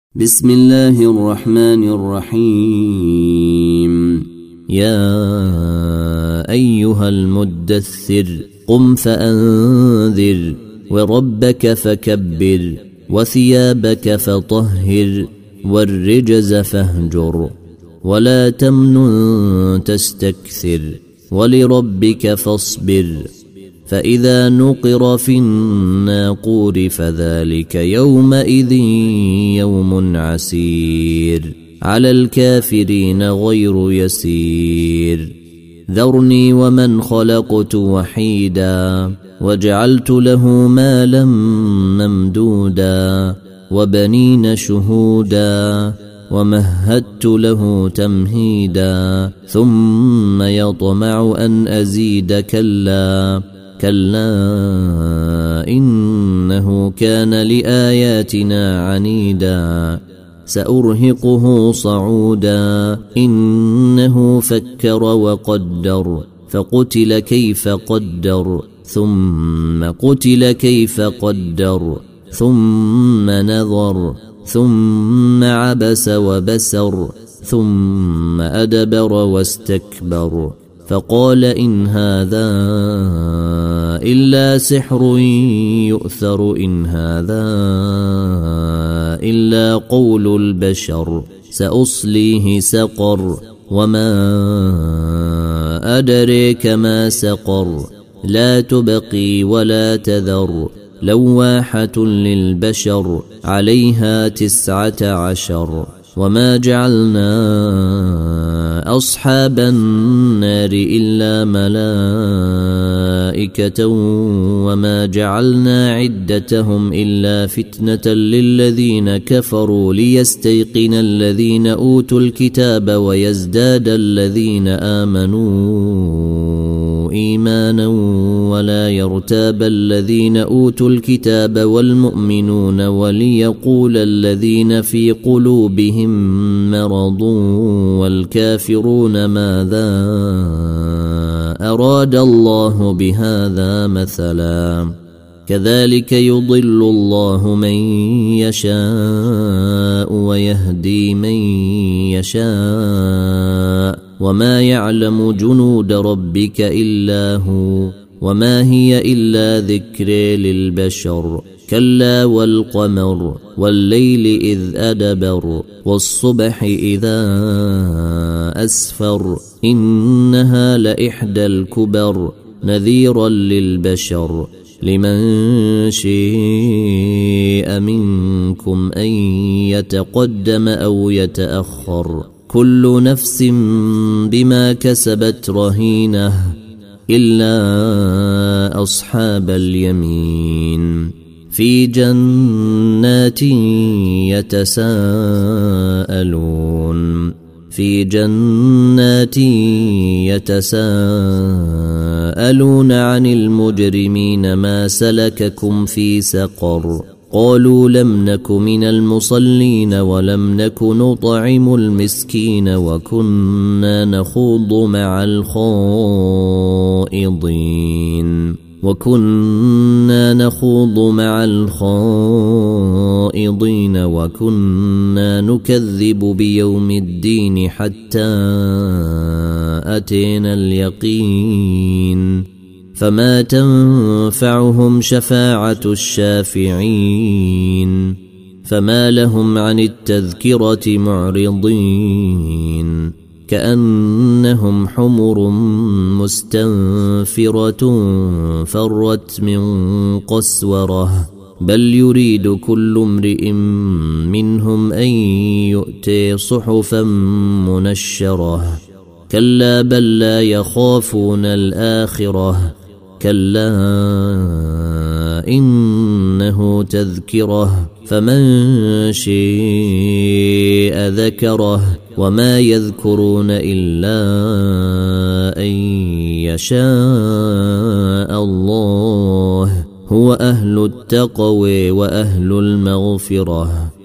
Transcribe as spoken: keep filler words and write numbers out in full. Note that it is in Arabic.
بسم الله الرحمن الرحيم. يا أيها المدثر قم فأنذر وربك فكبر وثيابك فطهر والرجز فاهجر ولا تمنن تستكثر ولربك فاصبر فإذا نقر في الناقور فذلك يومئذ يوم عسير على الكافرين غير يسير. ذرني ومن خلقت وحيدا وجعلت له مالا ممدودا وبنين شهودا ومهدت له تمهيدا ثم يطمع أن أزيد كلا كلا إنه كان لآياتنا عنيدا سأرهقه صعودا إنه فكر وقدر فقتل كيف قدر ثم قتل كيف قدر ثم نظر ثم عبس وبسر ثم أدبر واستكبر فقال إن هذا إلا سحر يؤثر إن هذا إلا قول البشر سأصليه سقر وما أدريك ما سقر لا تبقي ولا تذر لواحة للبشر عليها تسعة عشر. وما جعلنا أصحاب النار إلا ملائكة وما جعلنا عدتهم إلا فتنة للذين كفروا ليستيقن الذين أوتوا الكتاب ويزداد الذين آمنوا إيمانا ولا يرتاب الذين أوتوا الكتاب والمؤمنون وليقول الذين في قلوبهم مرض والكافرون ماذا أراد الله بهذا مثلا كذلك يضل الله من يشاء ويهدي من يشاء وما يعلم جنود ربك إلا هو وما هي إلا ذكر للبشر كلا والقمر والليل إذ أدبر والصبح إذا أسفر إنها لإحدى الكبر نذيرا للبشر لمن شاء منكم أن يتقدم أو يتأخر كل نفس بما كسبت رهينة إلا أصحاب اليمين في جنات يتساءلون في جنات يتساءلون عن المجرمين ما سلككم في سقر قالوا لم نك من المصلين ولم نك نطعم المسكين وكنا نخوض مع الخائضين وكنا نخوض مع الخائضين وكنا نكذب بيوم الدين حتى أتينا اليقين فما تنفعهم شفاعة الشافعين فما لهم عن التذكرة معرضين كأنهم حمر مستنفرة فرت من قسورة بل يريد كل امرئ منهم أن يؤتي صحفا منشرة كلا بل لا يخافون الآخرة كلا إنه تذكره فمن شاء ذكره وما يذكرون إلا أن يشاء الله هو أهل التقوى وأهل المغفرة.